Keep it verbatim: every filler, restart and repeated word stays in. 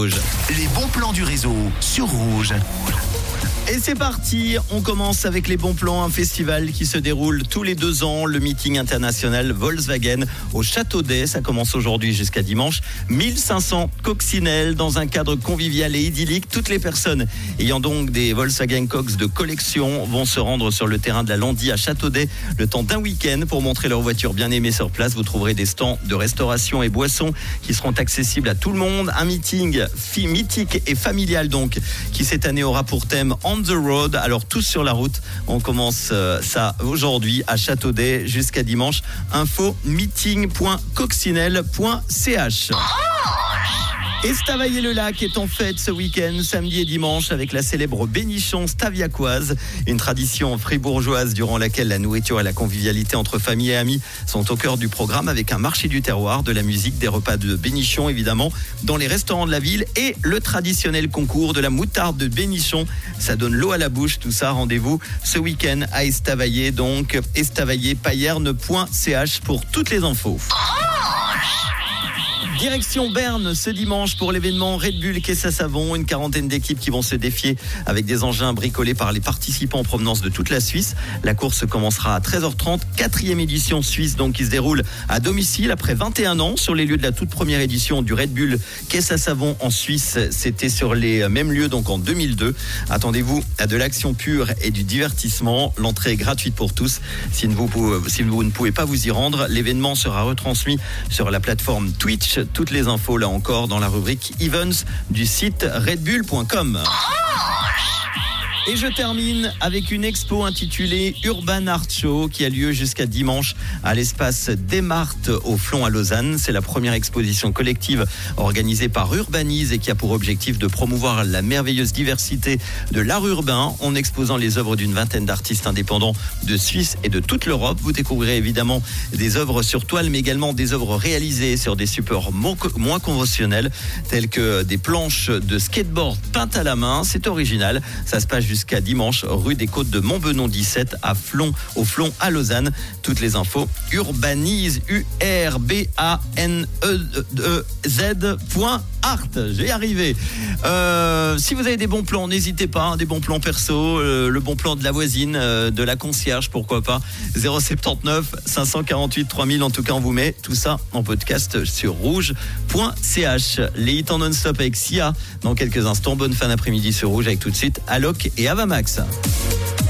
Rouge. Les bons plans du réseau sur Rouge. Et c'est parti, on commence avec les bons plans, un festival qui se déroule tous les deux ans, le meeting international Volkswagen au Château d'Ay. Ça commence aujourd'hui jusqu'à dimanche. mille cinq cents coccinelles dans un cadre convivial et idyllique. Toutes les personnes ayant donc des Volkswagen Cox de collection vont se rendre sur le terrain de la Landie à Château d'Ay le temps d'un week-end pour montrer leur voiture bien aimée sur place. Vous trouverez des stands de restauration et boissons qui seront accessibles à tout le monde. Un meeting mythique et familial donc qui cette année aura pour thème On the Road, alors tous sur la route. On commence euh, ça aujourd'hui à Château d'Ay jusqu'à dimanche. Info meeting point coccinelle point c h. Estavayer-le-Lac est en fête ce week-end, samedi et dimanche, avec la célèbre bénichon staviacoise, une tradition fribourgeoise durant laquelle la nourriture et la convivialité entre famille et amis sont au cœur du programme, avec un marché du terroir, de la musique, des repas de bénichon évidemment, dans les restaurants de la ville et le traditionnel concours de la moutarde de bénichon. Ça donne l'eau à la bouche, tout ça. Rendez-vous ce week-end à Estavayer, donc estavayer payerne point c h pour toutes les infos. Direction Berne ce dimanche pour l'événement Red Bull Caisse à Savon. Une quarantaine d'équipes qui vont se défier avec des engins bricolés par les participants en provenance de toute la Suisse. La course commencera à treize heures trente. Quatrième édition suisse donc qui se déroule à domicile après vingt et un ans sur les lieux de la toute première édition du Red Bull Caisse à Savon en Suisse. C'était sur les mêmes lieux donc en deux mille deux. Attendez-vous à de l'action pure et du divertissement. L'entrée est gratuite pour tous. Si vous, si vous ne pouvez pas vous y rendre, l'événement sera retransmis sur la plateforme Twitch. Toutes les infos là encore dans la rubrique Events du site redbull point com. Et je termine avec une expo intitulée Urban Art Show qui a lieu jusqu'à dimanche à l'espace Desmartes au Flon à Lausanne. C'est la première exposition collective organisée par Urbanise et qui a pour objectif de promouvoir la merveilleuse diversité de l'art urbain en exposant les œuvres d'une vingtaine d'artistes indépendants de Suisse et de toute l'Europe. Vous découvrirez évidemment des œuvres sur toile mais également des œuvres réalisées sur des supports moins conventionnels tels que des planches de skateboard peintes à la main. C'est original. Ça se passe jusqu'à jusqu'à dimanche, rue des Côtes de Montbenon dix-sept à Flon, au Flon à Lausanne. Toutes les infos, Urbanise, U R B A N E Z point art. J'ai arrivé. Euh, si vous avez des bons plans, n'hésitez pas, hein, des bons plans perso, euh, le bon plan de la voisine, euh, de la concierge, pourquoi pas. zéro sept neuf cinq cent quarante-huit trois mille, en tout cas on vous met tout ça en podcast sur rouge point c h. Les hits en non-stop avec Sia dans quelques instants. Bonne fin d'après-midi sur Rouge avec tout de suite Alok et Avamax.